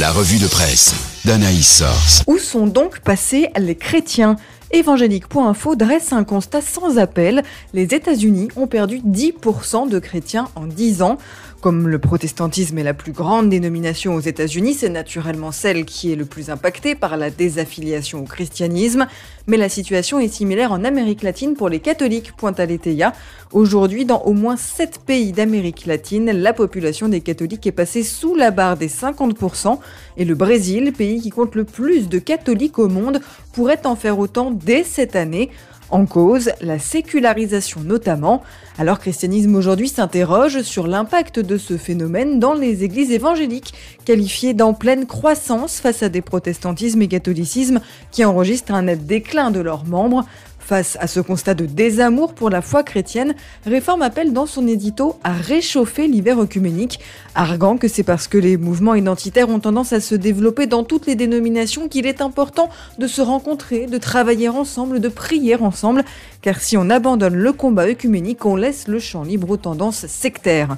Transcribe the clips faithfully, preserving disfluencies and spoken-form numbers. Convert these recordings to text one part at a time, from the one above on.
La revue de presse d'Anaïs Source. Où sont donc passés les chrétiens ? Évangélique point info dresse un constat sans appel. Les États-Unis ont perdu dix pour cent de chrétiens en dix ans. Comme le protestantisme est la plus grande dénomination aux États-Unis, c'est naturellement celle qui est le plus impactée par la désaffiliation au christianisme. Mais la situation est similaire en Amérique latine pour les catholiques, pointe Aletheia. Aujourd'hui, dans au moins sept pays d'Amérique latine, la population des catholiques est passée sous la barre des cinquante pour cent. Et le Brésil, pays qui compte le plus de catholiques au monde, pourrait en faire autant dès cette année. En cause, la sécularisation notamment. Alors Christianisme aujourd'hui s'interroge sur l'impact de ce phénomène dans les églises évangéliques, qualifiées d'en pleine croissance face à des protestantismes et catholicismes qui enregistrent un net déclin de leurs membres. Face à ce constat de désamour pour la foi chrétienne, Réforme appelle dans son édito à réchauffer l'hiver œcuménique, arguant que c'est parce que les mouvements identitaires ont tendance à se développer dans toutes les dénominations qu'il est important de se rencontrer, de travailler ensemble, de prier ensemble, car si on abandonne le combat œcuménique, on laisse le champ libre aux tendances sectaires.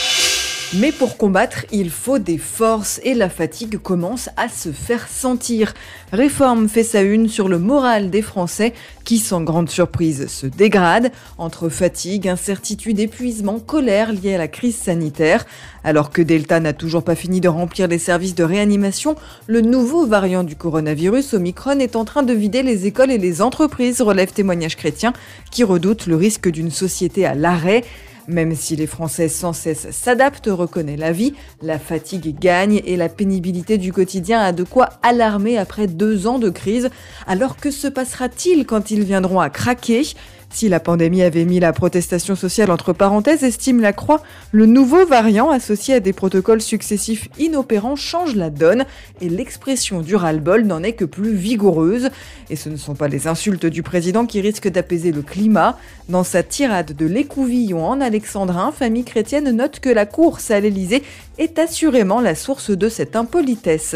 Mais pour combattre, il faut des forces et la fatigue commence à se faire sentir. Réforme fait sa une sur le moral des Français qui, sans grande surprise, se dégrade entre fatigue, incertitude, épuisement, colère liée à la crise sanitaire. Alors que Delta n'a toujours pas fini de remplir les services de réanimation, le nouveau variant du coronavirus, Omicron, est en train de vider les écoles et les entreprises, relève Témoignages chrétiens, qui redoutent le risque d'une société à l'arrêt. Même si les Français sans cesse s'adaptent, reconnaît la vie, la fatigue gagne et la pénibilité du quotidien a de quoi alarmer après deux ans de crise. Alors que se passera-t-il quand ils viendront à craquer ? Si la pandémie avait mis la protestation sociale entre parenthèses, estime la Croix, le nouveau variant associé à des protocoles successifs inopérants change la donne et l'expression du ras-le-bol n'en est que plus vigoureuse. Et ce ne sont pas les insultes du président qui risquent d'apaiser le climat. Dans sa tirade de l'écouvillon en alexandrin, Famille chrétienne note que la course à l'Élysée est assurément la source de cette impolitesse.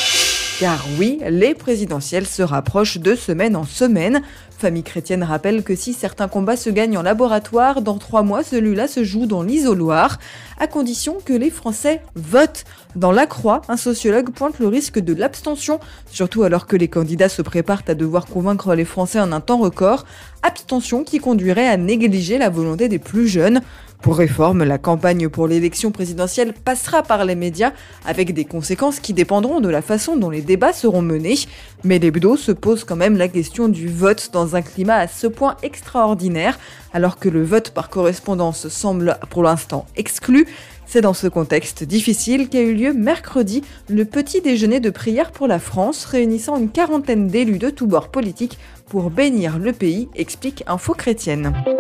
Car oui, les présidentielles se rapprochent de semaine en semaine. Famille chrétienne rappelle que si certains combats se gagnent en laboratoire, dans trois mois, celui-là se joue dans l'isoloir, à condition que les Français votent. Dans La Croix, un sociologue pointe le risque de l'abstention, surtout alors que les candidats se préparent à devoir convaincre les Français en un temps record, abstention qui conduirait à négliger la volonté des plus jeunes. Pour Réforme, la campagne pour l'élection présidentielle passera par les médias avec des conséquences qui dépendront de la façon dont les débats seront menés. Mais l'hebdo se pose quand même la question du vote dans un climat à ce point extraordinaire, alors que le vote par correspondance semble pour l'instant exclu. C'est dans ce contexte difficile qu'a eu lieu mercredi le petit déjeuner de prière pour la France, réunissant une quarantaine d'élus de tous bords politiques pour bénir le pays, explique Info Chrétienne.